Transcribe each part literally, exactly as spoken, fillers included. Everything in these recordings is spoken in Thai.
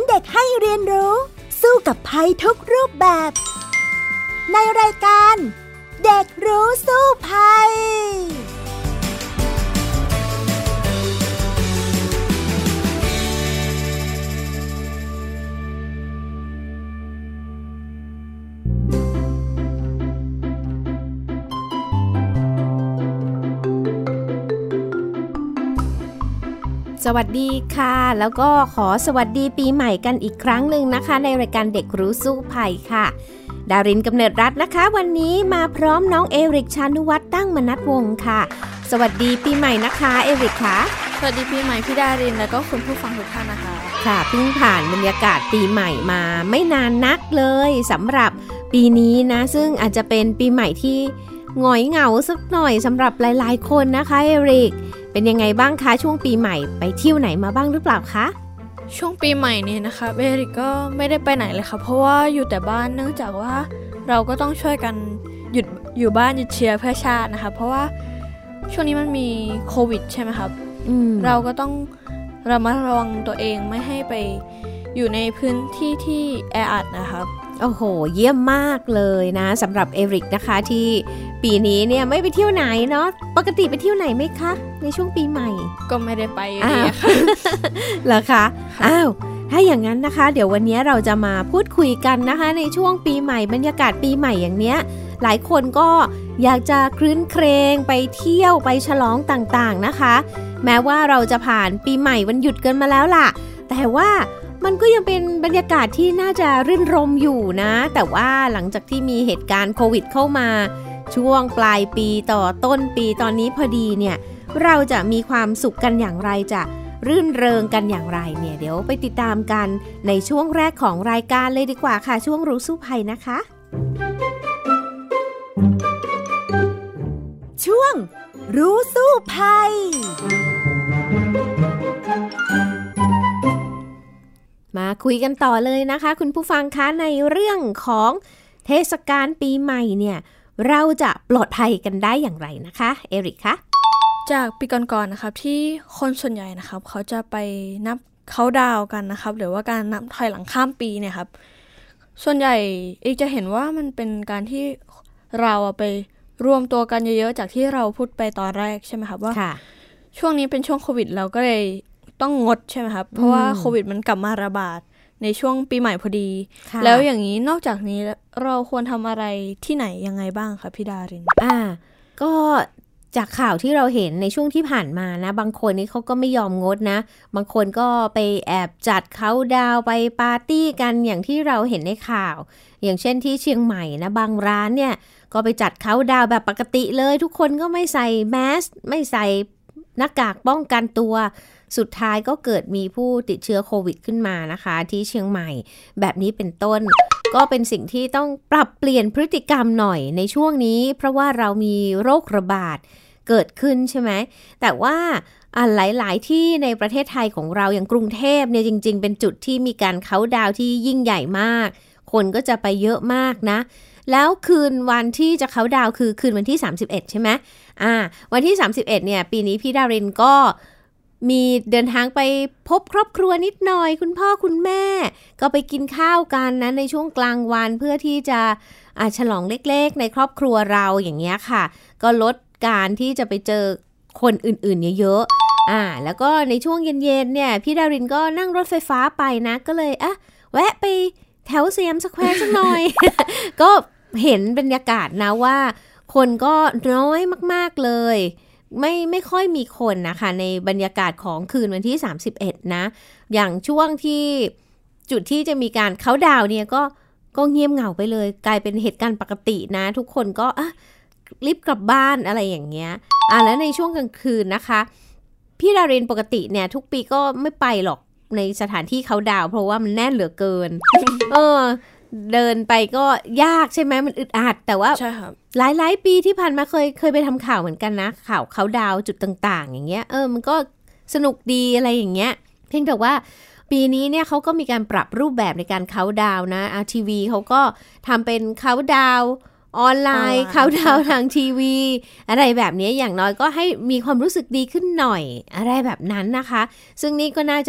เด็กให้เรียนรู้สู้กับภัยทุกรูปแบบในรายการเด็กรู้สู้ภัยสวัสดีค่ะแล้วก็ขอสวัสดีปีใหม่กันอีกครั้งหนึ่งนะคะในรายการเด็กรู้สู้ภัยค่ะดารินกำเนิดรัตน์นะคะวันนี้มาพร้อมน้องเอริกชานุวัฒน์ตั้งมนัสวงศ์ค่ะสวัสดีปีใหม่นะคะเอริกค่ะสวัสดีปีใหม่พี่ดารินแล้วก็คุณผู้ฟังทุกท่านนะคะค่ะเพิ่งผ่านบรรยากาศปีใหม่มาไม่นานนักเลยสำหรับปีนี้นะซึ่งอาจจะเป็นปีใหม่ที่หงอยเหงาสักหน่อยสำหรับหลายๆคนนะคะเอริกเป็นยังไงบ้างคะช่วงปีใหม่ไปเที่ยวไหนมาบ้างหรือเปล่าคะช่วงปีใหม่นี้นะคะเอริกก็ไม่ได้ไปไหนเลยค่ะเพราะว่าอยู่แต่บ้านเนื่องจากว่าเราก็ต้องช่วยกันหยุดอยู่บ้านหยุดเชื้อเพื่อชาตินะคะเพราะว่าช่วงนี้มันมีโควิดใช่ไหมครับเราก็ต้องระมัดระวังตัวเองไม่ให้ไปอยู่ในพื้นที่ที่แออัดนะครับโอ้โหเยี่ยมมากเลยนะสำหรับเอริกนะคะที่ปีนี้เนี่ยไม่ไปเที่ยวไหนเนาะปกติไปเที่ยวไหนไหมคะในช่วงปีใหม่ก็ไม่ได้ไปอยู่ดีค่ะเหรอคะอ้าวถ้าอย่างนั้นนะคะเดี๋ยววันนี้เราจะมาพูดคุยกันนะคะในช่วงปีใหม่บรรยากาศปีใหม่อย่างเนี้ยหลายคนก็อยากจะครื้นเครงไปเที่ยวไปฉลองต่างๆนะคะแม้ว่าเราจะผ่านปีใหม่วันหยุดกันมาแล้วล่ะแต่ว่ามันก็ยังเป็นบรรยากาศที่น่าจะรื่นรมอยู่นะแต่ว่าหลังจากที่มีเหตุการณ์โควิดเข้ามาช่วงปลายปีต่อต้นปีตอนนี้พอดีเนี่ยเราจะมีความสุขกันอย่างไรจะรื่นเริงกันอย่างไรเนี่ยเดี๋ยวไปติดตามกันในช่วงแรกของรายการเลยดีกว่าค่ะช่วงรู้สู้ภัยนะคะช่วงรู้สู้ภัยมาคุยกันต่อเลยนะคะคุณผู้ฟังคะในเรื่องของเทศกาลปีใหม่เนี่ยเราจะปลอดภัยกันได้อย่างไรนะคะเอริกคะจากปีก่อนๆนะครับที่คนส่วนใหญ่นะครับเขาจะไปนับเขาดาวกันนะครับหรือว่าการนับถอยหลังข้ามปีเนี่ยครับส่วนใหญ่เอกจะเห็นว่ามันเป็นการที่เราไปรวมตัวกันเยอะๆจากที่เราพูดไปตอนแรกใช่ไหมครับว่าช่วงนี้เป็นช่วงโควิดเราก็เลยต้องงดใช่ไหมครับเพราะว่าโควิดมันกลับมาระบาดในช่วงปีใหม่พอดีแล้วอย่างนี้นอกจากนี้เราควรทำอะไรที่ไหนยังไงบ้างคะพี่ดารินอ่าก็จากข่าวที่เราเห็นในช่วงที่ผ่านมานะบางคนนี่เขาก็ไม่ยอมงดนะบางคนก็ไปแอบจัดเค้าดาวไปปาร์ตี้กันอย่างที่เราเห็นในข่าวอย่างเช่นที่เชียงใหม่นะบางร้านเนี่ยก็ไปจัดเค้าดาวแบบปกติเลยทุกคนก็ไม่ใส่แมสไม่ใส่หน้ากากป้องกันตัวสุดท้ายก็เกิดมีผู้ติดเชื้อโควิดขึ้นมานะคะที่เชียงใหม่แบบนี้เป็นต้นก็เป็นสิ่งที่ต้องปรับเปลี่ยนพฤติกรรมหน่อยในช่วงนี้เพราะว่าเรามีโรคระบาดเกิดขึ้นใช่ไหมแต่ว่าอ่ะหลายๆที่ในประเทศไทยของเราอย่างกรุงเทพเนี่ยจริงๆเป็นจุดที่มีการเค้าดาวน์ที่ยิ่งใหญ่มากคนก็จะไปเยอะมากนะแล้วคืนวันที่จะเค้าดาวน์คือคืนวันที่สามสิบเอ็ดใช่ไหมอ่าวันที่สามสิบเอ็ดเนี่ยปีนี้พี่ดารินก็มีเดินทางไปพบครอบครัวนิดหน่อยคุณพ่อคุณแม่ก็ไปกินข้าวกันนะในช่วงกลางวันเพื่อที่จะอ่ะฉลองเล็กๆในครอบครัวเราอย่างเงี้ยค่ะก็ลดการที่จะไปเจอคนอื่นๆเยอะๆอ่าแล้วก็ในช่วงเย็นๆเนี่ยพี่ดารินก็นั่งรถไฟฟ้าไปนะก็เลยอ่ะแวะไปแถวสยามสแควร์สักหน่อย ก็เห็นบรรยากาศนะว่าคนก็น้อยมากๆเลยไม่ไม่ค่อยมีคนนะคะในบรรยากาศของคืนวันที่สามสิบเอ็ดนะอย่างช่วงที่จุดที่จะมีการเค้าดาวน์เนี่ยก็ก็เงียบเหงาไปเลยกลายเป็นเหตุการณ์ปกตินะทุกคนก็อ่ะรีบกลับบ้านอะไรอย่างเงี้ยอ่ะแล้วในช่วงกลางคืนนะคะพี่ดารินปกติเนี่ยทุกปีก็ไม่ไปหรอกในสถานที่เค้าดาวน์เพราะว่ามันแน่นเหลือเกิน เออเดินไปก็ยากใช่ไหมมันอึดอัดแต่ว่าหลายๆปีที่ผ่านมาเคยเคยไปทำข่าวเหมือนกันนะข่าวเค้าดาวน์จุดต่างๆอย่างเงี้ยเออมันก็สนุกดีอะไรอย่างเงี้ยเพียงแต่ว่าปีนี้เนี่ยเขาก็มีการปรับรูปแบบในการเค้าดาวน์นะอาทีวีเขาก็ทำเป็นเค้าดาวน์ออนไลน์เค้าดาวน์ทางทีวีอะไรแบบนี้อย่างน้อยก็ให้มีความรู้สึกดีขึ้นหน่อยอะไรแบบนั้นนะคะซึ่งนี่ก็น่าจะ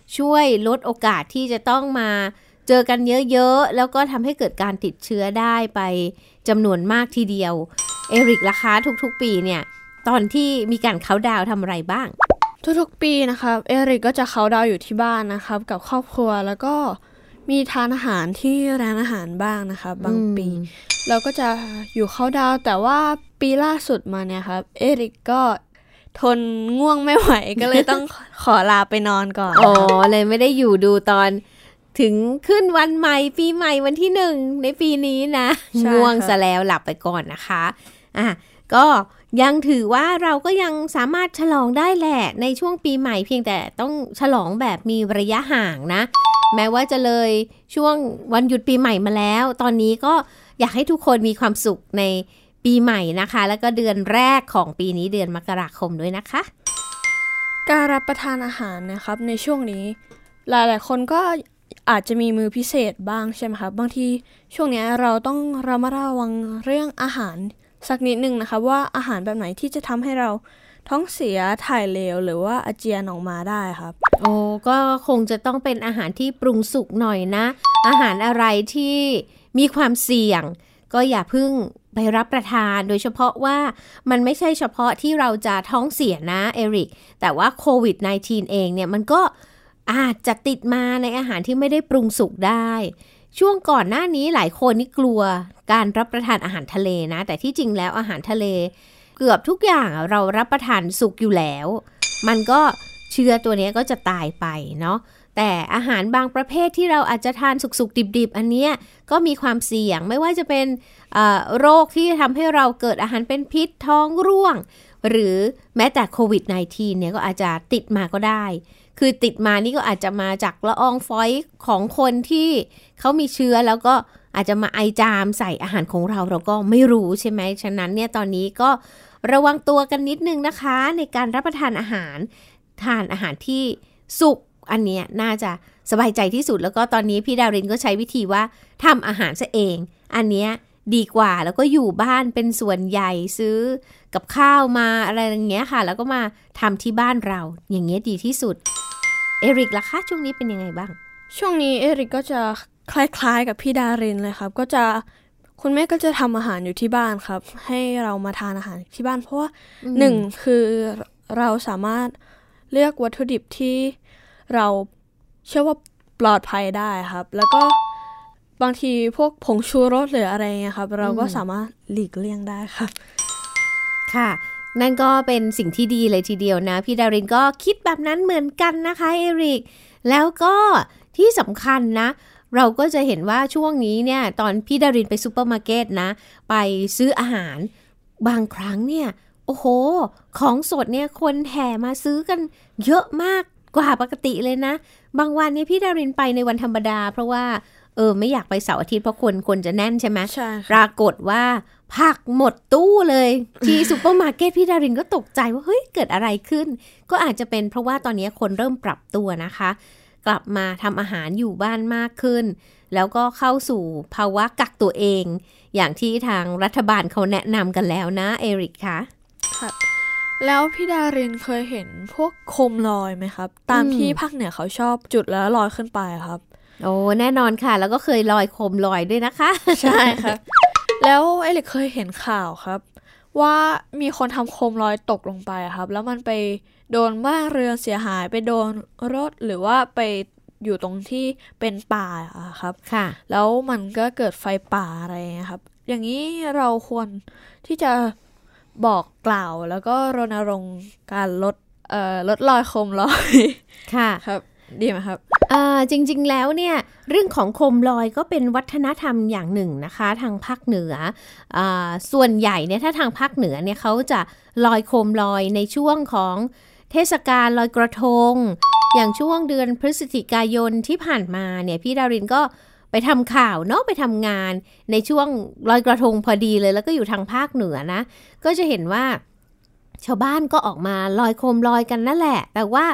ช่วยลดโอกาสที่จะต้องมาเจอกันเยอะๆแล้วก็ทำให้เกิดการติดเชื้อได้ไปจำนวนมากทีเดียวเอริกล่ะคะทุกๆปีเนี่ยตอนที่มีการเค้าดาวน์ทำอะไรบ้างทุกๆปีนะครับเอริกก็จะเค้าดาวน์อยู่ที่บ้านนะครับกับครอบครัวแล้วก็มีทานอาหารที่ร้านอาหารบ้างนะครับบางปีเราก็จะอยู่เค้าดาวน์แต่ว่าปีล่าสุดมาเนี่ยครับเอริกก็ทนง่วงไม่ไหว ก็เลยต้อง ขอลาไปนอนก่อนอ๋อเลยไม่ได้อยู่ดูตอนถึงขึ้นวันใหม่ปีใหม่วันที่หนึ่งในปีนี้นะง่วงซะแล้วหลับไปก่อนนะคะอ่ะก็ยังถือว่าเราก็ยังสามารถฉลองได้แหละในช่วงปีใหม่เพียงแต่ต้องฉลองแบบมีระยะห่างนะแม้ว่าจะเลยช่วงวันหยุดปีใหม่มาแล้วตอนนี้ก็อยากให้ทุกคนมีความสุขในปีใหม่นะคะแล้วก็เดือนแรกของปีนี้เดือนมกราคมด้วยนะคะการรับประทานอาหารนะครับในช่วงนี้หลายๆคนก็อาจจะมีมือพิเศษบ้างใช่ไหมครับบางทีช่วงนี้เราต้องระมัดระวังเรื่องอาหารสักนิดนึงนะคะว่าอาหารแบบไหนที่จะทำให้เราท้องเสียถ่ายเหลวหรือว่าอาเจียนออกมาได้ครับโอ้ก็คงจะต้องเป็นอาหารที่ปรุงสุกหน่อยนะอาหารอะไรที่มีความเสี่ยงก็อย่าเพิ่งไปรับประทานโดยเฉพาะว่ามันไม่ใช่เฉพาะที่เราจะท้องเสียนะเอริกแต่ว่าโควิด สิบเก้า เองเนี่ยมันก็อาจจะติดมาในอาหารที่ไม่ได้ปรุงสุกได้ช่วงก่อนหน้านี้หลายคนนี่กลัวการรับประทานอาหารทะเลนะแต่ที่จริงแล้วอาหารทะเลเกือบทุกอย่างเรารับประทานสุกอยู่แล้วมันก็เชื้อตัวนี้ก็จะตายไปเนาะแต่อาหารบางประเภทที่เราอาจจะทานสุกๆดิบๆอันเนี้ยก็มีความเสี่ยงไม่ว่าจะเป็นโรคที่ทำให้เราเกิดอาหารเป็นพิษท้องร่วงหรือแม้แต่โควิด สิบเก้า เนี่ยก็อาจจะติดมาก็ได้คือติดมานี่ก็อาจจะมาจากละอองฝอยของคนที่เขามีเชื้อแล้วก็อาจจะมาไอจามใส่อาหารของเราเราก็ไม่รู้ใช่ไหมฉะนั้นเนี่ยตอนนี้ก็ระวังตัวกันนิดนึงนะคะในการรับประทานอาหารทานอาหารที่สุกอันเนี้ยน่าจะสบายใจที่สุดแล้วก็ตอนนี้พี่ดาวรินก็ใช้วิธีว่าทำอาหารซะเองอันเนี้ยดีกว่าแล้วก็อยู่บ้านเป็นส่วนใหญ่ซื้อกับข้าวมาอะไรอย่างเงี้ยค่ะแล้วก็มาทำที่บ้านเราอย่างเงี้ยดีที่สุดเอริกล่ะคะช่วงนี้เป็นยังไงบ้างช่วงนี้เอริกก็จะคล้ายๆกับพี่ดารินเลยครับก็จะคุณแม่ก็จะทำอาหารอยู่ที่บ้านครับให้เรามาทานอาหารที่บ้านเพราะว่าหนึ่งคือเราสามารถเลือกวัตถุดิบที่เราเชื่อว่าปลอดภัยได้ครับแล้วก็บางทีพวกผงชูรสหรืออะไรเงี้ยครับเราก็สามารถหลีกเลี่ยงได้ครับค่ะนั่นก็เป็นสิ่งที่ดีเลยทีเดียวนะพี่ดารินก็คิดแบบนั้นเหมือนกันนะคะเอริกแล้วก็ที่สำคัญนะเราก็จะเห็นว่าช่วงนี้เนี่ยตอนพี่ดารินไปซูเปอร์มาร์เก็ตนะไปซื้ออาหารบางครั้งเนี่ยโอ้โหของสดเนี่ยคนแห่มาซื้อกันเยอะมากกว่าปกติเลยนะบางวันเนี่ยพี่ดารินไปในวันธรรมดาเพราะว่าเออไม่อยากไปเสาร์อาทิตย์เพราะคนคนจะแน่นใช่ไหมใช่ปรากฏว่าผักหมดตู้เลยที่ซูเปอร์มาร์เก็ตพี่ดารินก็ตกใจว่าเฮ้ยเกิดอะไรขึ้นก็อาจจะเป็นเพราะว่าตอนนี้คนเริ่มปรับตัวนะคะกลับมาทำอาหารอยู่บ้านมากขึ้นแล้วก็เข้าสู่ภาวะกักตัวเองอย่างที่ทางรัฐบาลเขาแนะนำกันแล้วนะเอริกคะครับแล้วพี่ดารินเคยเห็นพวกโคมลอยไหมครับตามที่ภาคเหนือเขาชอบจุดแล้วลอยขึ้นไปครับโอ้แน่นอนค่ะแล้วก็เคยลอยโคมลอยด้วยนะคะใช่ครับ แล้วเอริกเคยเห็นข่าวครับว่ามีคนทำโคมลอยตกลงไปครับแล้วมันไปโดนบ้านเรือนเสียหายไปโดนรถหรือว่าไปอยู่ตรงที่เป็นป่าอะครับค่ะแล้วมันก็เกิดไฟป่าอะไรครับอย่างนี้เราควรที่จะบอกกล่าวแล้วก็รณรงค์การลดเอ่อลดลอยโคมลอยค่ะครับดีไหมครับอ่าจริงๆแล้วเนี่ยเรื่องของโคมลอยก็เป็นวัฒนธรรมอย่างหนึ่งนะคะทางภาคเหนืออ่าส่วนใหญ่เนี่ยถ้าทางภาคเหนือเนี่ยเขาจะลอยโคมลอยในช่วงของเทศกาลลอยกระทงอย่างช่วงเดือนพฤศจิกายนที่ผ่านมาเนี่ยพี่ดารินก็ไปทำข่าวเนาะไปทำงานในช่วงลอยกระทงพอดีเลยแล้วก็อยู่ทางภาคเหนือนะก็จะเห็นว่าชาวบ้านก็ออกมาลอยโคมลอยกันนั่นแหละแต่ว่า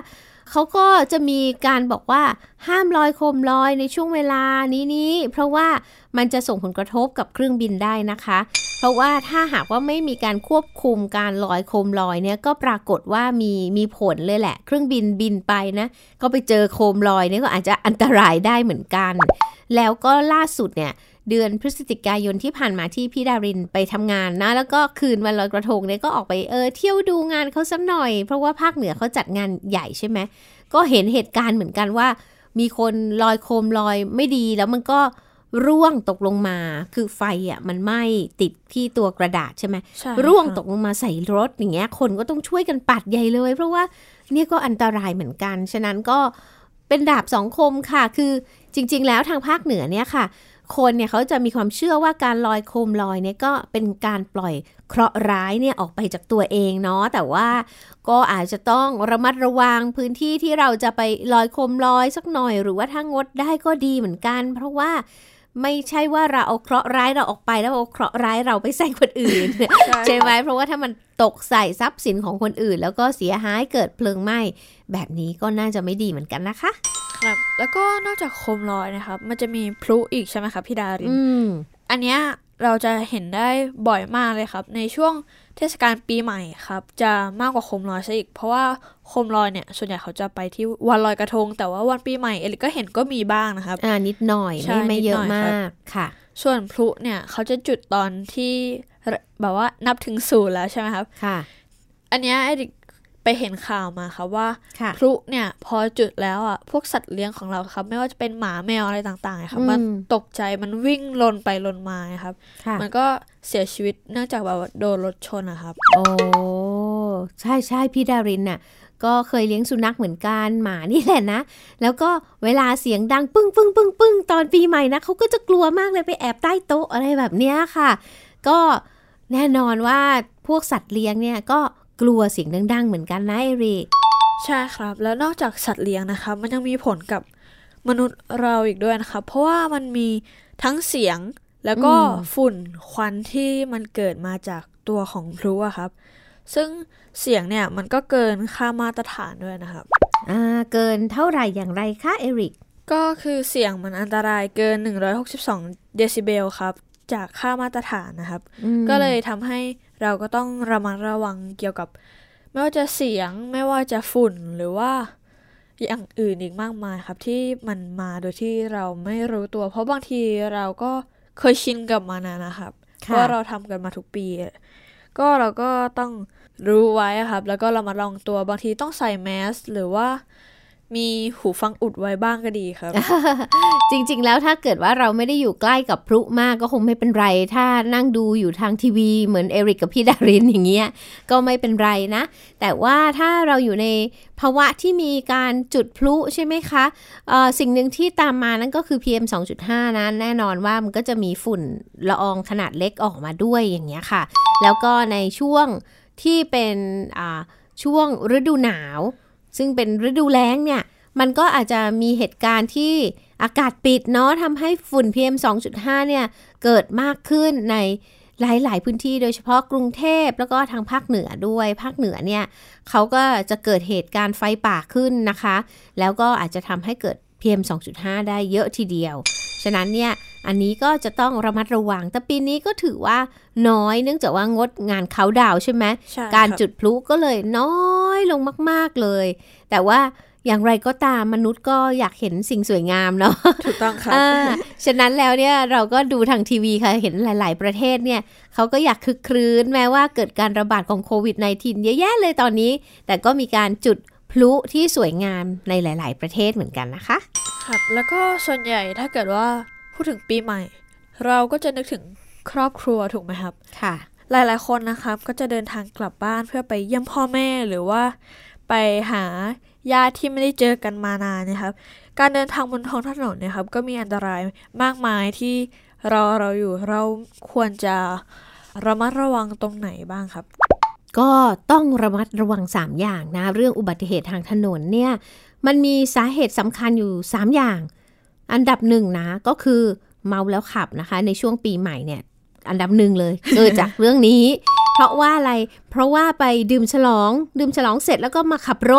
เขาก็จะมีการบอกว่าห้ามลอยโคมลอยในช่วงเวลานี้นี้เพราะว่ามันจะส่งผลกระทบกับเครื่องบินได้นะคะเพราะว่าถ้าหากว่าไม่มีการควบคุมการลอยโคมลอยเนี่ยก็ปรากฏว่ามีมีผลเลยแหละเครื่องบินบินไปนะก็ไปเจอโคมลอยเนี่ยก็อาจจะอันตรายได้เหมือนกันแล้วก็ล่าสุดเนี่ยเดือนพฤศจิกายนที่ผ่านมาที่พี่ดารินไปทำงานนะแล้วก็คืนวันลอยกระทงเนี่ยก็ออกไปเออเที่ยวดูงานเขาสักหน่อยเพราะว่าภาคเหนือเขาจัดงานใหญ่ใช่ไหมก็เห็นเหตุการณ์เหมือนกันว่ามีคนลอยโคมลอยไม่ดีแล้วมันก็ร่วงตกลงมาคือไฟอ่ะมันไหม้ติดที่ตัวกระดาษใช่ไหมร่วงตกลงมาใส่รถอย่างเงี้ยคนก็ต้องช่วยกันปัดใหญ่เลยเพราะว่าเนี่ยก็อันตรายเหมือนกันฉะนั้นก็เป็นดาบสองคมค่ะคือจริงๆแล้วทางภาคเหนือเนี่ยค่ะคนเนี่ยเขาจะมีความเชื่อว่าการลอยโคมลอยเนี่ยก็เป็นการปล่อยเคราะห์ร้ายเนี่ยออกไปจากตัวเองเนาะแต่ว่าก็อาจจะต้องระมัดระวังพื้นที่ที่เราจะไปลอยโคมลอยสักหน่อยหรือว่าถ้างดได้ก็ดีเหมือนกันเพราะว่าไม่ใช่ว่าเราเอาเคราะห์ร้ายเราออกไปแล้วเอาเคราะห์ร้ายเราไปใส่คนอื่น ใช่ไหมเพราะว่าถ้ามันตกใส่ทรัพย์สินของคนอื่นแล้วก็เสียหายเกิดเพลิงไหม้แบบนี้ก็น่าจะไม่ดีเหมือนกันนะคะครับแล้วก็นอกจากโคมลอยนะครับมันจะมีพลุอีกใช่ไหมครับพี่ดารินอันเนี้ยเราจะเห็นได้บ่อยมากเลยครับในช่วงเทศกาลปีใหม่ครับจะมากกว่าโคมลอยซะอีกเพราะว่าโคมลอยเนี่ยส่วนใหญ่เขาจะไปที่วันลอยกระทงแต่ว่าวันปีใหม่เอลิก็เห็นก็มีบ้างนะครับอ่านิดหน่อยไม่ไม่เยอะมากค่ะส่วนพลุเนี่ยเขาจะจุดตอนที่แบบว่านับถึงศูนย์แล้วใช่ไหมครับค่ะอันเนี้ยเอลิไปเห็นข่าวมาครับว่าพลุเนี่ยพอจุดแล้วอ่ะพวกสัตว์เลี้ยงของเราครับไม่ว่าจะเป็นหมาแมวอะไรต่างๆครับมันตกใจมันวิ่งลนไปลนมาครับมันก็เสียชีวิตเนื่องจากแบบโดนรถชนนะครับโอ้ใช่ใช่พี่ดารินน่ะก็เคยเลี้ยงสุนัขเหมือนกันหมานี่แหละนะแล้วก็เวลาเสียงดังปึ้งปึ้งปึ้งปึ้งตอนปีใหม่นะเขาก็จะกลัวมากเลยไปแอบใต้โต๊ะอะไรแบบเนี้ยค่ะก็แน่นอนว่าพวกสัตว์เลี้ยงเนี่ยก็กลัวเสียงดังๆเหมือนกันนะเอริกใช่ครับแล้วนอกจากสัตว์เลี้ยงนะคะมันยังมีผลกับมนุษย์เราอีกด้วยนะคะเพราะว่ามันมีทั้งเสียงแล้วก็ฝุ่นควันที่มันเกิดมาจากตัวของพลุอะครับซึ่งเสียงเนี่ยมันก็เกินค่ามาตรฐานด้วยนะครับอ่าเกินเท่าไหร่อย่างไรคะเอริกก็คือเสียงมันอันตรายเกินหนึ่งร้อยหกสิบสองเดซิเบลครับจากค่ามาตรฐานนะครับก็เลยทำให้เราก็ต้องระมัดระวังเกี่ยวกับไม่ว่าจะเสียงไม่ว่าจะฝุ่นหรือว่าอย่างอื่นอีกมากมายครับที่มันมาโดยที่เราไม่รู้ตัวเพราะบางทีเราก็เคยชินกับมันนะครับเพราะเราทำกันมาทุกปีก็เราก็ต้องรู้ไว้ครับแล้วก็ระมัดระวังตัวบางทีต้องใส่แมสหรือว่ามีหูฟังอุดไว้บ้างก็ดีครับจริงๆแล้วถ้าเกิดว่าเราไม่ได้อยู่ใกล้กับพลุมากก็คงไม่เป็นไรถ้านั่งดูอยู่ทางทีวีเหมือนเอริกกับพี่ดารินอย่างเงี้ยก็ไม่เป็นไรนะแต่ว่าถ้าเราอยู่ในภาวะที่มีการจุดพลุใช่ไหมคะเอ่อสิ่งหนึ่งที่ตามมานั่นก็คือ พี เอ็ม สองจุดห้า นะแน่นอนว่ามันก็จะมีฝุ่นละอองขนาดเล็กออกมาด้วยอย่างเงี้ยค่ะแล้วก็ในช่วงที่เป็นอ่าช่วงฤดูหนาวซึ่งเป็นฤดูแล้งเนี่ยมันก็อาจจะมีเหตุการณ์ที่อากาศปิดเนาะทำให้ฝุ่น พี เอ็ม สองจุดห้า เนี่ยเกิดมากขึ้นในหลายๆพื้นที่โดยเฉพาะกรุงเทพแล้วก็ทางภาคเหนือด้วยภาคเหนือเนี่ยเขาก็จะเกิดเหตุการณ์ไฟป่าขึ้นนะคะแล้วก็อาจจะทำให้เกิด พี เอ็ม สองจุดห้า ได้เยอะทีเดียวฉะนั้นเนี่ยอันนี้ก็จะต้องระมัดระวังแต่ปีนี้ก็ถือว่าน้อยเนื่องจากว่างดงานเค้าดาวใช่ไหมการจุดพลุก็เลยน้อยลงมากๆเลยแต่ว่าอย่างไรก็ตามมนุษย์ก็อยากเห็นสิ่งสวยงามเนาะถูกต้องครับฉะนั้นแล้วเนี่ยเราก็ดูทางทีวีค่ะเห็นหลายๆประเทศเนี่ยเขาก็อยากคึกครื้นแม้ว่าเกิดการระบาดของโควิด สิบเก้า เยอะแยะเลยตอนนี้แต่ก็มีการจุดพลุที่สวยงามในหลายๆประเทศเหมือนกันนะคะครับแล้วก็ส่วนใหญ่ถ้าเกิดว่าพูดถึงปีใหม่เราก็จะนึกถึงครอบครัวถูกไหมครับค่ะหลายๆคนนะครับก็จะเดินทางกลับบ้านเพื่อไปเยี่ยมพ่อแม่หรือว่าไปหาญาติที่ไม่ได้เจอกันมานานนะครับการเดินทางบนท้องถนนเนี่ยครับก็มีอันตรายมากมายที่รอเราอยู่เราควรจะระมัดระวังตรงไหนบ้างครับก็ต้องระมัดระวังสามอย่างนะเรื่องอุบัติเหตุทางถนนเนี่ยมันมีสาเหตุสำคัญอยู่สามอย่างอันดับหนึ่งนะก็คือเมาแล้วขับนะคะในช่วงปีใหม่เนี่ยอันดับหนึ่งเลยเกิดจากเรื่องนี้เพราะว่าอะไรเพราะว่าไปดื่มฉลองดื่มฉลองเสร็จแล้วก็มาขับรถ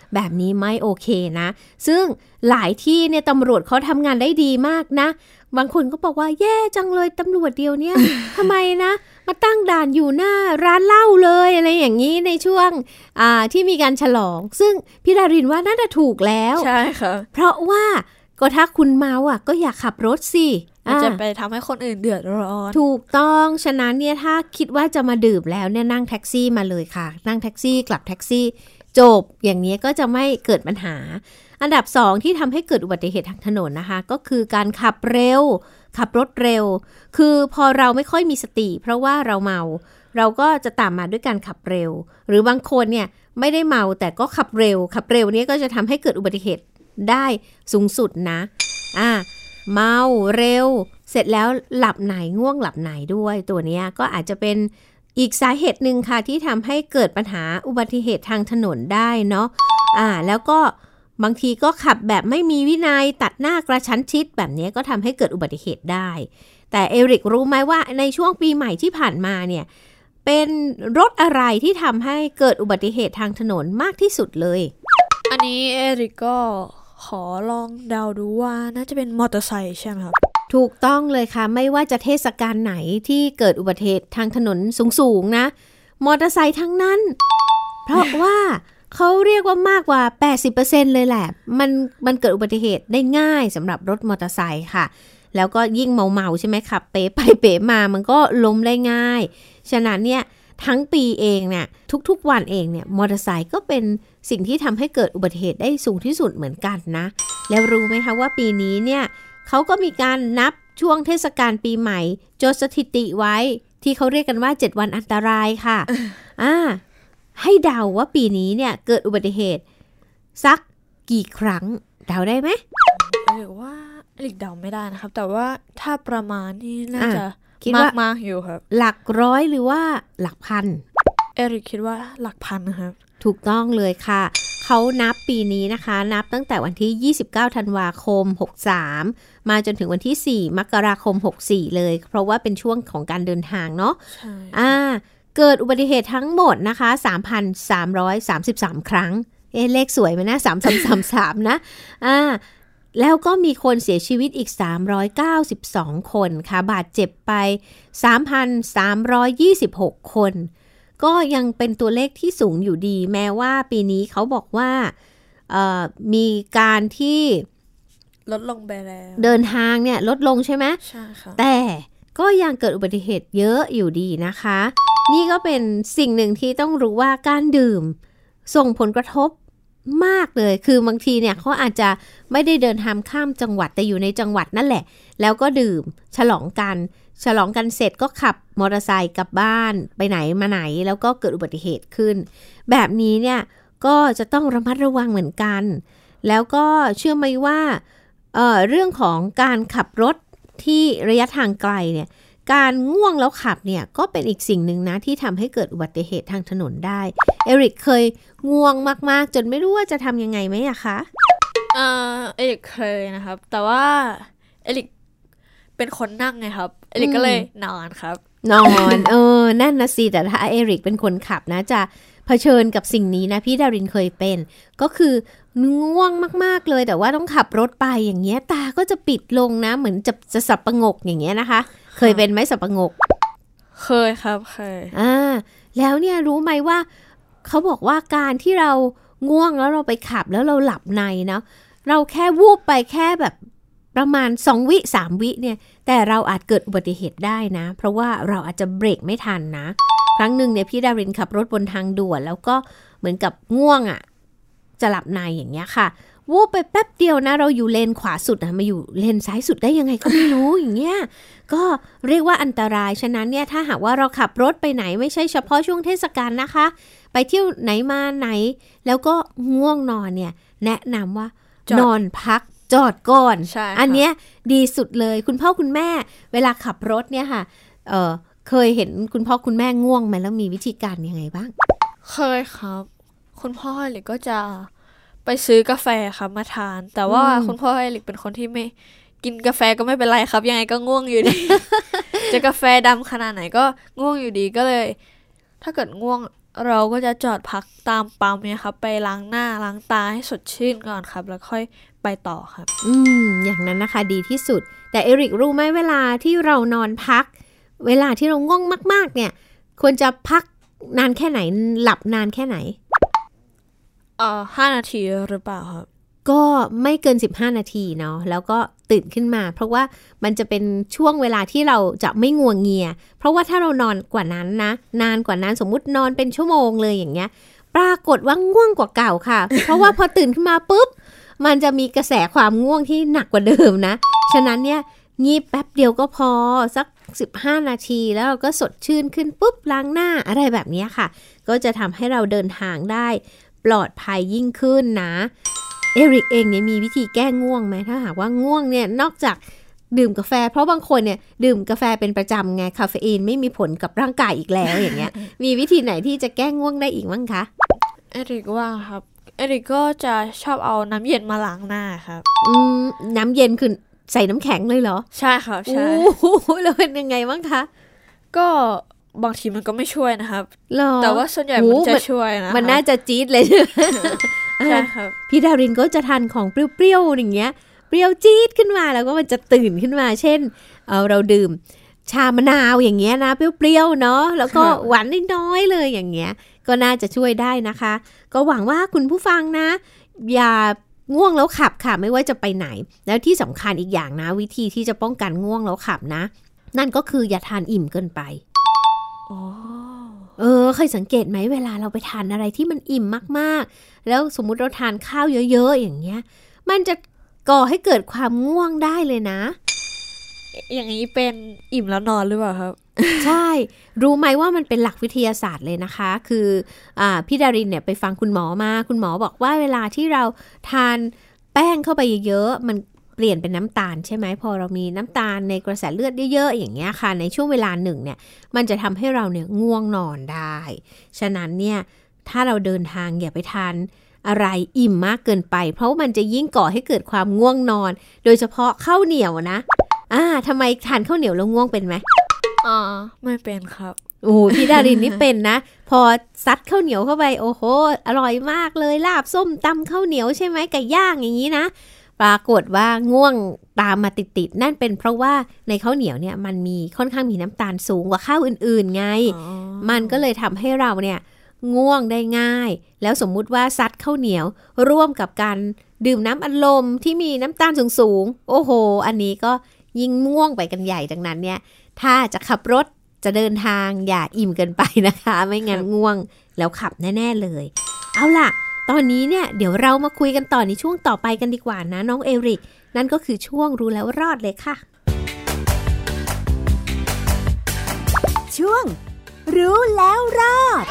แบบนี้ไม่โอเคนะซึ่งหลายที่เนี่ยตำรวจเขาทำงานได้ดีมากนะบางคนก็บอกว่าแย่จังเลยตำรวจเดียวเนี่ย ทำไมนะมาตั้งด่านอยู่หน้าร้านเหล้าเลยอะไรอย่างนี้ในช่วงที่มีการฉลองซึ่งพี่ดารินว่าน่าจะถูกแล้วใช่ค่ะเพราะว่าก็ถ้าคุณเมาอ่ะก็อย่าขับรถสิมันจะไปทำให้คนอื่นเดือดร้อนถูกต้องฉะนั้นเนี่ยถ้าคิดว่าจะมาดื่มแล้วเนี่ยนั่งแท็กซี่มาเลยค่ะนั่งแท็กซี่กลับแท็กซี่จบอย่างนี้ก็จะไม่เกิดปัญหาอันดับสองที่ทำให้เกิดอุบัติเหตุทางถนนนะคะก็คือการขับเร็วขับรถเร็วคือพอเราไม่ค่อยมีสติเพราะว่าเราเมาเราก็จะตามมาด้วยการขับเร็วหรือบางคนเนี่ยไม่ได้เมาแต่ก็ขับเร็วขับเร็วนี้ก็จะทำให้เกิดอุบัติเหตุได้สูงสุดนะอ่าเมาเร็วเสร็จแล้วหลับไหนง่วงหลับไหนด้วยตัวนี้ก็อาจจะเป็นอีกสาเหตุหนึ่งค่ะที่ทำให้เกิดปัญหาอุบัติเหตุทางถนนได้เนาะอ่าแล้วก็บางทีก็ขับแบบไม่มีวินัยตัดหน้ากระชั้นชิดแบบนี้ก็ทำให้เกิดอุบัติเหตุได้แต่เอริกรู้ไหมว่าในช่วงปีใหม่ที่ผ่านมาเนี่ยเป็นรถอะไรที่ทำให้เกิดอุบัติเหตุทางถนนมากที่สุดเลยอันนี้เอริกก็ขอลองเดาดูว่าน่าจะเป็นมอเตอร์ไซค์ใช่ไหมครับถูกต้องเลยค่ะไม่ว่าจะเทศกาลไหนที่เกิดอุบัติเหตุทางถนนสูงๆนะมอเตอร์ไซค์ทั้งนั้น เพราะว่าเขาเรียกว่ามากกว่า แปดสิบเปอร์เซ็นต์ เลยแหละมันมันเกิดอุบัติเหตุได้ง่ายสำหรับรถมอเตอร์ไซค์ค่ะแล้วก็ยิ่งเมาๆใช่ไหมขับเป๋ไปเป๋มามันก็ล้มได้ง่ายฉะนั้นเนี่ยทั้งปีเองเนี่ยทุกๆวันเองเนี่ยมอเตอร์ไซค์ก็เป็นสิ่งที่ทำให้เกิดอุบัติเหตุได้สูงที่สุดเหมือนกันนะแล้วรู้ไหมคะว่าปีนี้เนี่ยเขาก็มีการนับช่วงเทศกาลปีใหม่จดสถิติไว้ที่เขาเรียกกันว่าเจ็ดวันอันตรายค่ะ อ่าให้เดาว่าปีนี้เนี่ยเกิดอุบัติเหตุสักกี่ครั้งเดาได้ไหมหรือว่าเอริกเดาไม่ได้นะครับแต่ว่าถ้าประมาณนี่น่าจะมากมากอยู่ครับหลักร้อยหรือว่าหลักพันเอริกคิดว่าหลักพันนะครับถูกต้องเลยค่ะเขานับปีนี้นะคะนับตั้งแต่วันที่ยี่สิบเก้าธันวาคมหกสามมาจนถึงวันที่สี่มกราคมหกสี่เลยเพราะว่าเป็นช่วงของการเดินทางเนาะใช่อ่าเกิดอุบัติเหตุทั้งหมดนะคะ สามพันสามร้อยสามสิบสาม ครั้งเอ๊ะเลขสวยไหมนะสามพันสามร้อยสามสิบสามนะอ่าแล้วก็มีคนเสียชีวิตอีกสามร้อยเก้าสิบสองคนค่ะบาดเจ็บไป สามพันสามร้อยยี่สิบหก คนก็ยังเป็นตัวเลขที่สูงอยู่ดีแม้ว่าปีนี้เขาบอกว่ามีการที่ลดลงไปแล้วเดินทางเนี่ยลดลงใช่ไหมใช่ค่ะแต่ก็ยังเกิดอุบัติเหตุเยอะอยู่ดีนะคะนี่ก็เป็นสิ่งหนึ่งที่ต้องรู้ว่าการดื่มส่งผลกระทบมากเลยคือบางทีเนี่ยเขาอาจจะไม่ได้เดินทางข้ามจังหวัดแต่อยู่ในจังหวัดนั่นแหละแล้วก็ดื่มฉลองกันฉลองกันเสร็จก็ขับมอเตอร์ไซค์กลับบ้านไปไหนมาไหนแล้วก็เกิดอุบัติเหตุขึ้นแบบนี้เนี่ยก็จะต้องระมัดระวังเหมือนกันแล้วก็เชื่อไหมว่า เอ่อ เรื่องของการขับรถที่ระยะทางไกลเนี่ยการง่วงแล้วขับเนี่ยก็เป็นอีกสิ่งหนึ่งนะที่ทำให้เกิดอุบัติเหตุทางถนนได้เอริกเคยง่วงมากๆจนไม่รู้ว่าจะทำยังไงไหมอะคะเออเอริกเคยนะครับแต่ว่าเอริกเป็นคนนั่งไงครับเอริกก็เลยนอนครับนอนเออนั่นนะสิแต่ถ้าเอริกเป็นคนขับนะจะเผชิญกับสิ่งนี้นะพี่ดารินเคยเป็นก็คือง่วงมากๆเลยแต่ว่าต้องขับรถไปอย่างเงี้ยตาก็จะปิดลงนะเหมือนจะจะสับประงกอย่างเงี้ยนะคะเคยเป็นไหมสับประงกเคยครับเคยอ่าแล้วเนี่ยรู้ไหมว่าเขาบอกว่าการที่เราง่วงแล้วเราไปขับแล้วเราหลับในเนาะเราแค่วูบไปแค่แบบประมาณสองวิสามวิเนี่ยแต่เราอาจเกิดอุบัติเหตุได้นะเพราะว่าเราอาจจะเบรกไม่ทันนะครั้งหนึ่งเนี่ยพี่ดารินขับรถบนทางด่วนแล้วก็เหมือนกับง่วงอ่ะจะหลับในอย่างเงี้ยค่ะวูบไปแป๊บเดียวนะเราอยู่เลนขวาสุดนะมาอยู่เลนซ้ายสุดได้ยังไงก็ไม่รู้ อย่างเงี้ยก็เรียกว่าอันตรายฉะนั้นเนี่ยถ้าหากว่าเราขับรถไปไหนไม่ใช่เฉพาะช่วงเทศกาลนะคะไปเที่ยวไหนมาไหนแล้วก็ง่วงนอนเนี่ยแนะนำว่านอนพักจอดก่อนอันเนี้ยดีสุดเลยคุณพ่อคุณแม่เวลาขับรถเนี่ยค่ะเออเคยเห็นคุณพ่อคุณแม่ง่วงไหมแล้วมีวิธีการยังไงบ้างเคยครับคุณพ่อเอลิกก็จะไปซื้อกาแฟครับมาทานแต่ว่าคุณพ่อเอลิกเป็นคนที่ไม่กินกาแฟก็ไม่เป็นไรครับยังไงก็ง่วงอยู่ดี จะกาแฟดำขนาดไหนก็ง่วงอยู่ดีก็เลยถ้าเกิดง่วงเราก็จะจอดพักตามปั๊มเนี่ยครับไปล้างหน้าล้างตาให้สดชื่นก่อนครับแล้วค่อยไปต่อครับอืมอย่างนั้นนะคะดีที่สุดแต่เอริกรู้ไหมเวลาที่เรานอนพักเวลาที่เราง่วงมากๆเนี่ยควรจะพักนานแค่ไหนหลับนานแค่ไหนเอ่อห้านาทีหรือเปล่าครับก็ไม่เกินสิบห้านาทีเนาะแล้วก็ตื่นขึ้นมาเพราะว่ามันจะเป็นช่วงเวลาที่เราจะไม่งัวเงียเพราะว่าถ้าเรานอนกว่านั้นนะนานกว่านั้นสมมุตินอนเป็นชั่วโมงเลยอย่างเงี้ยปรากฏว่าง่วงกว่าเก่าค่ะ เพราะว่าพอตื่นขึ้นมาปุ๊บมันจะมีกระแสความง่วงที่หนักกว่าเดิมนะฉะนั้นเนี่ยงีบแป๊บเดียวก็พอสักสิบห้านาทีแล้วเราก็สดชื่นขึ้นปุ๊บล้างหน้าอะไรแบบนี้ค่ะก็จะทำให้เราเดินทางได้ปลอดภัยยิ่งขึ้นนะเอริกเองเนี่ยมีวิธีแก้ง่วงไหมถ้าหากว่าง่วงเนี่ยนอกจากดื่มกาแฟเพราะบางคนเนี่ยดื่มกาแฟเป็นประจำไงคาเฟอีนไม่มีผลกับร่างกายอีกแล้วอย่างเงี้ย มีวิธีไหนที่จะแก้ง่วงได้อีกมั้งคะเอริกว่าครับเอริกก็จะชอบเอาน้ำเย็นมาล้างหน้าครับอืมน้ำเย็นคือใส่น้ำแข็งเลยเหรอใช่ครับใช่โอ้โหแล้วเป็นยังไงบ้างคะก็บางทีมันก็ไม่ช่วยนะครับแต่ว่าส่วนใหญ่มันจะช่วยนะมันน่าจะจี๊ดเลยใช่ครับพี่ดารินก็จะทานของเปรี้ยวๆอย่างเงี้ยเปรี้ยวจี๊ดขึ้นมาแล้วก็มันจะตื่นขึ้นมาเช่นเออเราดื่มชามะนาวอย่างเงี้ยนะเปรี้ยวๆเนาะแล้วก็หวานน้อยๆเลยอย่างเงี้ยก็น่าจะช่วยได้นะคะก็หวังว่าคุณผู้ฟังนะอย่าง่วงแล้วขับค่ะไม่ว่าจะไปไหนแล้วที่สำคัญอีกอย่างนะวิธีที่จะป้องกันง่วงแล้วขับนะนั่นก็คืออย่าทานอิ่มเกินไปอ๋อเออเคยสังเกตไหมเวลาเราไปทานอะไรที่มันอิ่มมากๆแล้วสมมุติเราทานข้าวเยอะๆอย่างเงี้ยมันจะก่อให้เกิดความง่วงได้เลยนะอย่างนี้เป็นอิ่มแล้วนอนหรือเปล่าครับใช่รู้ไหมว่ามันเป็นหลักวิทยาศาสตร์เลยนะคะคืออ่าพี่ดารินเนี่ยไปฟังคุณหมอมาคุณหมอบอกว่าเวลาที่เราทานแป้งเข้าไปเยอะๆมันเปลี่ยนเป็นน้ำตาลใช่ไหมพอเรามีน้ำตาลในกระแสเลือดเยอะๆอย่างเงี้ยค่ะในช่วงเวลาหนึ่งเนี่ยมันจะทำให้เราเนี่ยง่วงนอนได้ฉะนั้นเนี่ยถ้าเราเดินทางอย่าไปทานอะไรอิ่มมากเกินไปเพราะมันจะยิ่งก่อให้เกิดความง่วงนอนโดยเฉพาะข้าวเหนียวนะอ่าทำไมทานข้าวเหนียวแล้วง่วงเป็นไหมอ๋อไม่เป็นครับโอ้พี่ดารินนี่เป็นนะพอซัดข้าวเหนียวเข้าไปโอ้โหอร่อยมากเลยลาบส้มตำข้าวเหนียวใช่ไหมไก่ย่างอย่างนี้นะปรากฏว่าง่วงตามมาติดๆนั่นเป็นเพราะว่าในข้าวเหนียวเนี่ยมันมีค่อนข้างมีน้ำตาลสูงกว่าข้าวอื่นๆไงมันก็เลยทำให้เราเนี่ยง่วงได้ง่ายแล้วสมมุติว่าซัดข้าวเหนียวร่วมกับการดื่มน้ำอัดลมที่มีน้ำตาลสูงๆโอ้โหอันนี้ก็ยิ่งง่วงไปกันใหญ่ดังนั้นเนี่ยถ้าจะขับรถจะเดินทางอย่าอิ่มเกินไปนะคะไม่งั้นง่วงแล้วขับแน่ๆเลยเอาล่ะตอนนี้เนี่ยเดี๋ยวเรามาคุยกันต่อในช่วงต่อไปกันดีกว่านะน้องเอริกนั่นก็คือช่วงรู้แล้วรอดเลยค่ะช่วงรู้แล้วรอด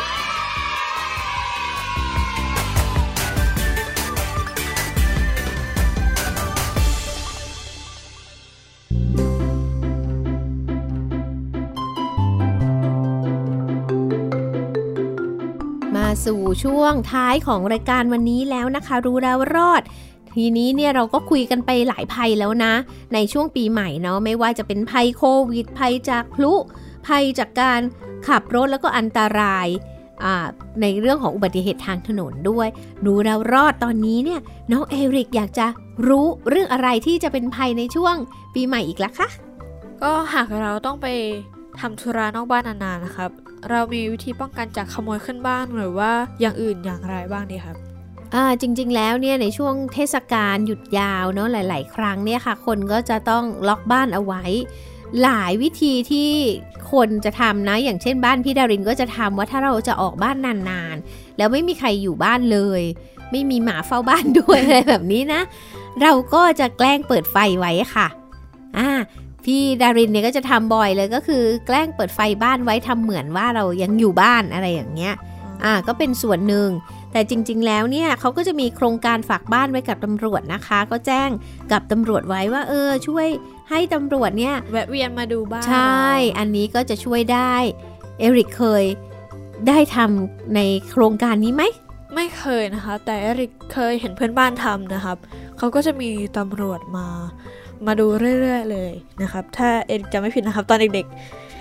สู่ช่วงท้ายของรายการวันนี้แล้วนะคะรู้แล้วรอดทีนี้เนี่ยเราก็คุยกันไปหลายภัยแล้วนะในช่วงปีใหม่เนาะไม่ว่าจะเป็นภัยโควิดภัยจากพลุภัยจากการขับรถแล้วก็อันตรายในเรื่องของอุบัติเหตุทางถนนด้วยรู้แล้วรอดตอนนี้เนี่ยน้องเอริกอยากจะรู้เรื่องอะไรที่จะเป็นภัยในช่วงปีใหม่อีกล่ะคะก็หากเราต้องไปทำธุระนอกบ้านนานๆนะครับเรามีวิธีป้องกันจากขโมยขึ้นบ้านหรือว่าอย่างอื่นอย่างไรบ้างดีครับอ่าจริงๆแล้วเนี่ยในช่วงเทศกาลหยุดยาวเนาะหลายๆครั้งเนี่ยค่ะคนก็จะต้องล็อกบ้านเอาไว้หลายวิธีที่คนจะทำนะอย่างเช่นบ้านพี่ดารินก็จะทำว่าถ้าเราจะออกบ้านนานๆแล้วไม่มีใครอยู่บ้านเลยไม่มีหมาเฝ้าบ้านด้วย อะไรแบบนี้นะเราก็จะแกล้งเปิดไฟไว้ค่ะอ่าพี่ดารินเนี่ยก็จะทำบ่อยเลยก็คือแกล้งเปิดไฟบ้านไว้ทำเหมือนว่าเรายังอยู่บ้านอะไรอย่างเงี้ยอ่าก็เป็นส่วนหนึ่งแต่จริงๆแล้วเนี่ยเขาก็จะมีโครงการฝากบ้านไว้กับตำรวจนะคะก็แจ้งกับตำรวจไว้ว่าเออช่วยให้ตำรวจเนี่ยแวะเวียนมาดูบ้านใช่อันนี้ก็จะช่วยได้เอริกเคยได้ทำในโครงการนี้ไหมไม่เคยนะคะแต่เอริกเคยเห็นเพื่อนบ้านทำนะครับเขาก็จะมีตำรวจมามาดูเรื่อยๆเลยนะครับถ้าเอริกจำไม่ผิดนะครับตอนเด็กๆ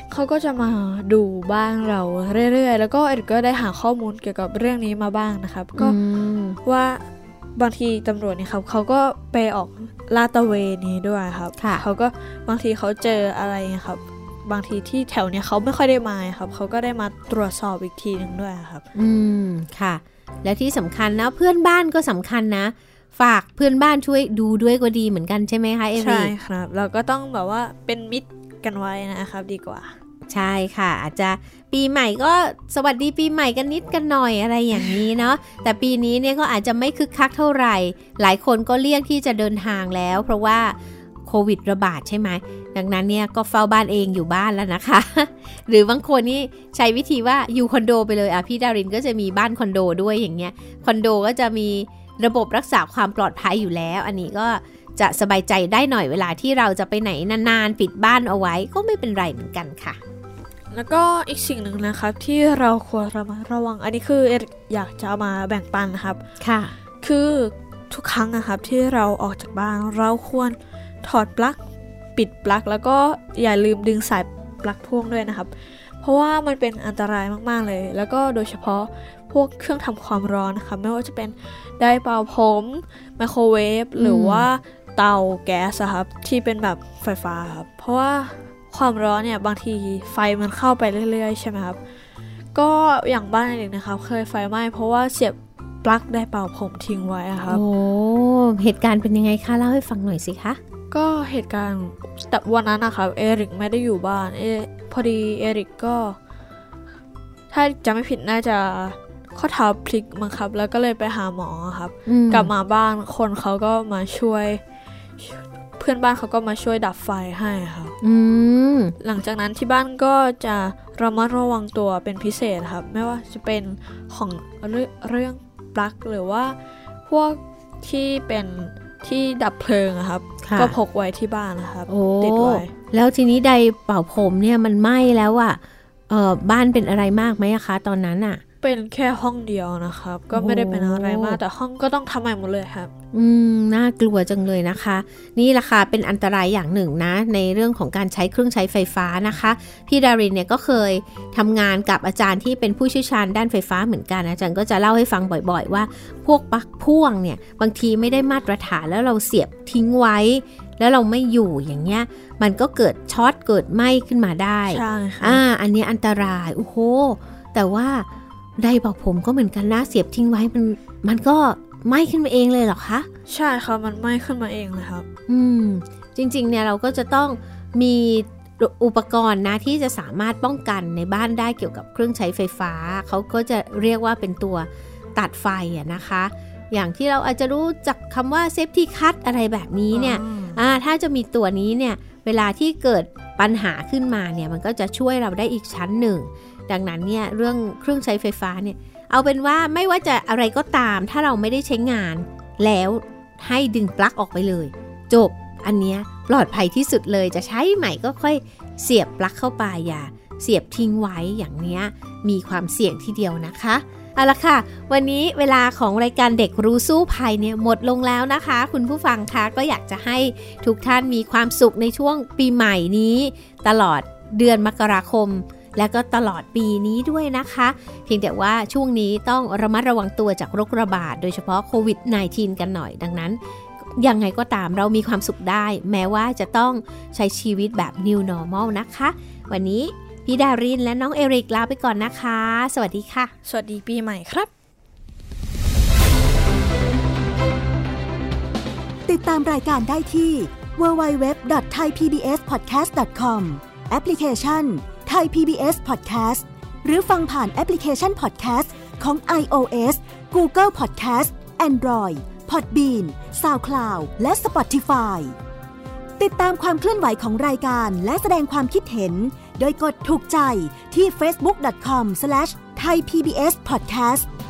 เขาก็จะมาดูบ้านเราเรื่อยๆแล้วก็เอริกก็ได้หาข้อมูลเกี่ยวกับเรื่องนี้มาบ้างนะครับก็ว่าบางทีตำรวจเนี่ยครับเขาก็ไปออกลาดตระเวนนี้ด้วยครับเขาก็บางทีเขาเจออะไรครับบางทีที่แถวเนี้ยเขาไม่ค่อยได้มาครับเขาก็ได้มาตรวจสอบอีกทีนึงด้วยครับอืมค่ะและที่สำคัญนะเพื่อนบ้านก็สำคัญนะฝากเพื่อนบ้านช่วยดูด้วยก็ดีเหมือนกันใช่ไหมคะเอริใช่ครับเราก็ต้องแบบว่าเป็นมิตรกันไว้นะครับดีกว่าใช่ค่ะอาจจะปีใหม่ก็สวัสดีปีใหม่กันนิดกันหน่อยอะไรอย่างนี้เนาะแต่ปีนี้เนี่ยก็อาจจะไม่คึกคักเท่าไหร่หลายคนก็เลี่ยงที่จะเดินทางแล้วเพราะว่าโควิดระบาดใช่ไหมดังนั้นเนี่ยก็เฝ้าบ้านเองอยู่บ้านแล้วนะคะหรือบางคนนี่ใช้วิธีว่าอยู่คอนโดไปเลยอ่ะพี่ดารินก็จะมีบ้านคอนโดด้วยอย่างเงี้ยคอนโดก็จะมีระบบรักษาความปลอดภัยอยู่แล้วอันนี้ก็จะสบายใจได้หน่อยเวลาที่เราจะไปไหนนานๆปิดบ้านเอาไว้ก็ไม่เป็นไรเหมือนกันค่ะแล้วก็อีกสิ่งหนึ่งนะครับที่เราควรระมัดระวังอันนี้คืออยากจะเอามาแบ่งปันนะครับค่ะคือทุกครั้งนะครับที่เราออกจากบ้านเราควรถอดปลั๊กปิดปลั๊กแล้วก็อย่าลืมดึงสายปลั๊กพ่วงด้วยนะครับเพราะว่ามันเป็นอันตรายมากๆเลยแล้วก็โดยเฉพาะพวกเครื่องทำความร้อนนะครับไม่ว่าจะเป็นไดร์เป่าผมไมโครเวฟหรือว่าเตาแก๊สครับที่เป็นแบบไฟฟ้าครับเพราะว่าความร้อนเนี่ยบางทีไฟมันเข้าไปเรื่อยๆใช่ไหมครับก็อย่างบ้านเด็กนะครับเคยไฟไหม้เพราะว่าเสียบปลั๊กไดร์เป่าผมทิ้งไว้ครับโอ้เหตุการณ์เป็นยังไงคะเล่าให้ฟังหน่อยสิคะก็เหตุการณ์แต่วันนั้นนะครับเอริกไม่ได้อยู่บ้านเอพอดีเอริกก็ถ้าจำไม่ผิดน่าจะข้อเท้าพลิกมั้งครับแล้วก็เลยไปหาหมอครับกลับมาบ้านคนเขาก็มาช่วยเพื่อนบ้านเขาก็มาช่วยดับไฟให้ครับหลังจากนั้นที่บ้านก็จะระมัดระวังตัวเป็นพิเศษครับไม่ว่าจะเป็นของเรื่องปลั๊กหรือว่าพวกที่เป็นที่ดับเพลิงครับก็พกไว้ที่บ้านนะครับติดไว้แล้วทีนี้ไดร์เป่าผมเนี่ยมันไหม้แล้วอ่ะเออบ้านเป็นอะไรมากไหมอะคะตอนนั้นอะเป็นแค่ห้องเดียวนะครับก็ไม่ได้เป็นอะไรมากแต่ห้องก็ต้องทำใหม่หมดเลยครับอืมน่ากลัวจังเลยนะคะนี่ราคาเป็นอันตรายอย่างหนึ่งนะในเรื่องของการใช้เครื่องใช้ไฟฟ้านะคะพี่ดารินเนี่ยก็เคยทำงานกับอาจารย์ที่เป็นผู้เชี่ยวชาญด้านไฟฟ้าเหมือนกันอาจารย์ก็จะเล่าให้ฟังบ่อยๆว่าพวกปลั๊กพ่วงเนี่ยบางทีไม่ได้มาตรฐานแล้วเราเสียบทิ้งไว้แล้วเราไม่อยู่อย่างเงี้ยมันก็เกิดช็อตเกิดไหม้ขึ้นมาได้ใช่ค่ะอ่าอันนี้อันตรายโอ้โหแต่ว่าไดร์เป่าผมก็เหมือนกันนะเสียบทิ้งไว้มันมันก็ไหม้ขึ้นมาเองเลยเหรอคะใช่ค่ะมันไหม้ขึ้นมาเองเลยครับอืมจริงๆเนี่ยเราก็จะต้องมีอุปกรณ์นะที่จะสามารถป้องกันในบ้านได้เกี่ยวกับเครื่องใช้ไฟฟ้าเขาก็จะเรียกว่าเป็นตัวตัดไฟอะนะคะอย่างที่เราอาจจะรู้จักคำว่าเซฟตี้คัทอะไรแบบนี้เนี่ยอ่าถ้าจะมีตัวนี้เนี่ยเวลาที่เกิดปัญหาขึ้นมาเนี่ยมันก็จะช่วยเราได้อีกชั้นหนึ่งดังนั้นเนี่ยเรื่องเครื่องใช้ไฟฟ้าเนี่ยเอาเป็นว่าไม่ว่าจะอะไรก็ตามถ้าเราไม่ได้ใช้งานแล้วให้ดึงปลั๊กออกไปเลยจบอันเนี้ยปลอดภัยที่สุดเลยจะใช้ใหม่ก็ค่อยเสียบปลั๊กเข้าไปอย่าเสียบทิ้งไว้อย่างเนี้ยมีความเสี่ยงทีเดียวนะคะเอาละค่ะวันนี้เวลาของรายการเด็กรู้สู้ภัยเนี่ยหมดลงแล้วนะคะคุณผู้ฟังคะก็อยากจะให้ทุกท่านมีความสุขในช่วงปีใหม่นี้ตลอดเดือนมกราคมและก็ตลอดปีนี้ด้วยนะคะเพียงแต่ว่าช่วงนี้ต้องระมัดระวังตัวจากโรคระบาดโดยเฉพาะโควิด สิบเก้า กันหน่อยดังนั้นยังไงก็ตามเรามีความสุขได้แม้ว่าจะต้องใช้ชีวิตแบบ New Normal นะคะวันนี้พี่ดารินและน้องเอริกลาไปก่อนนะคะสวัสดีค่ะสวัสดีปีใหม่ครับติดตามรายการได้ที่ ดับเบิลยู ดับเบิลยู ดับเบิลยู ดอท ไทย พี บี เอส พอดแคสต์ ดอท คอม แอปพลิเคชัน Thai พี บี เอส Podcast หรือฟังผ่านแอปพลิเคชัน Podcast ของ iOS Google Podcast Android Podbean SoundCloud และ Spotify ติดตามความเคลื่อนไหวของรายการและแสดงความคิดเห็นโดยกดถูกใจที่ เฟซบุ๊ก ดอท คอม สแลช ไทย พี บี เอส พอดแคสต์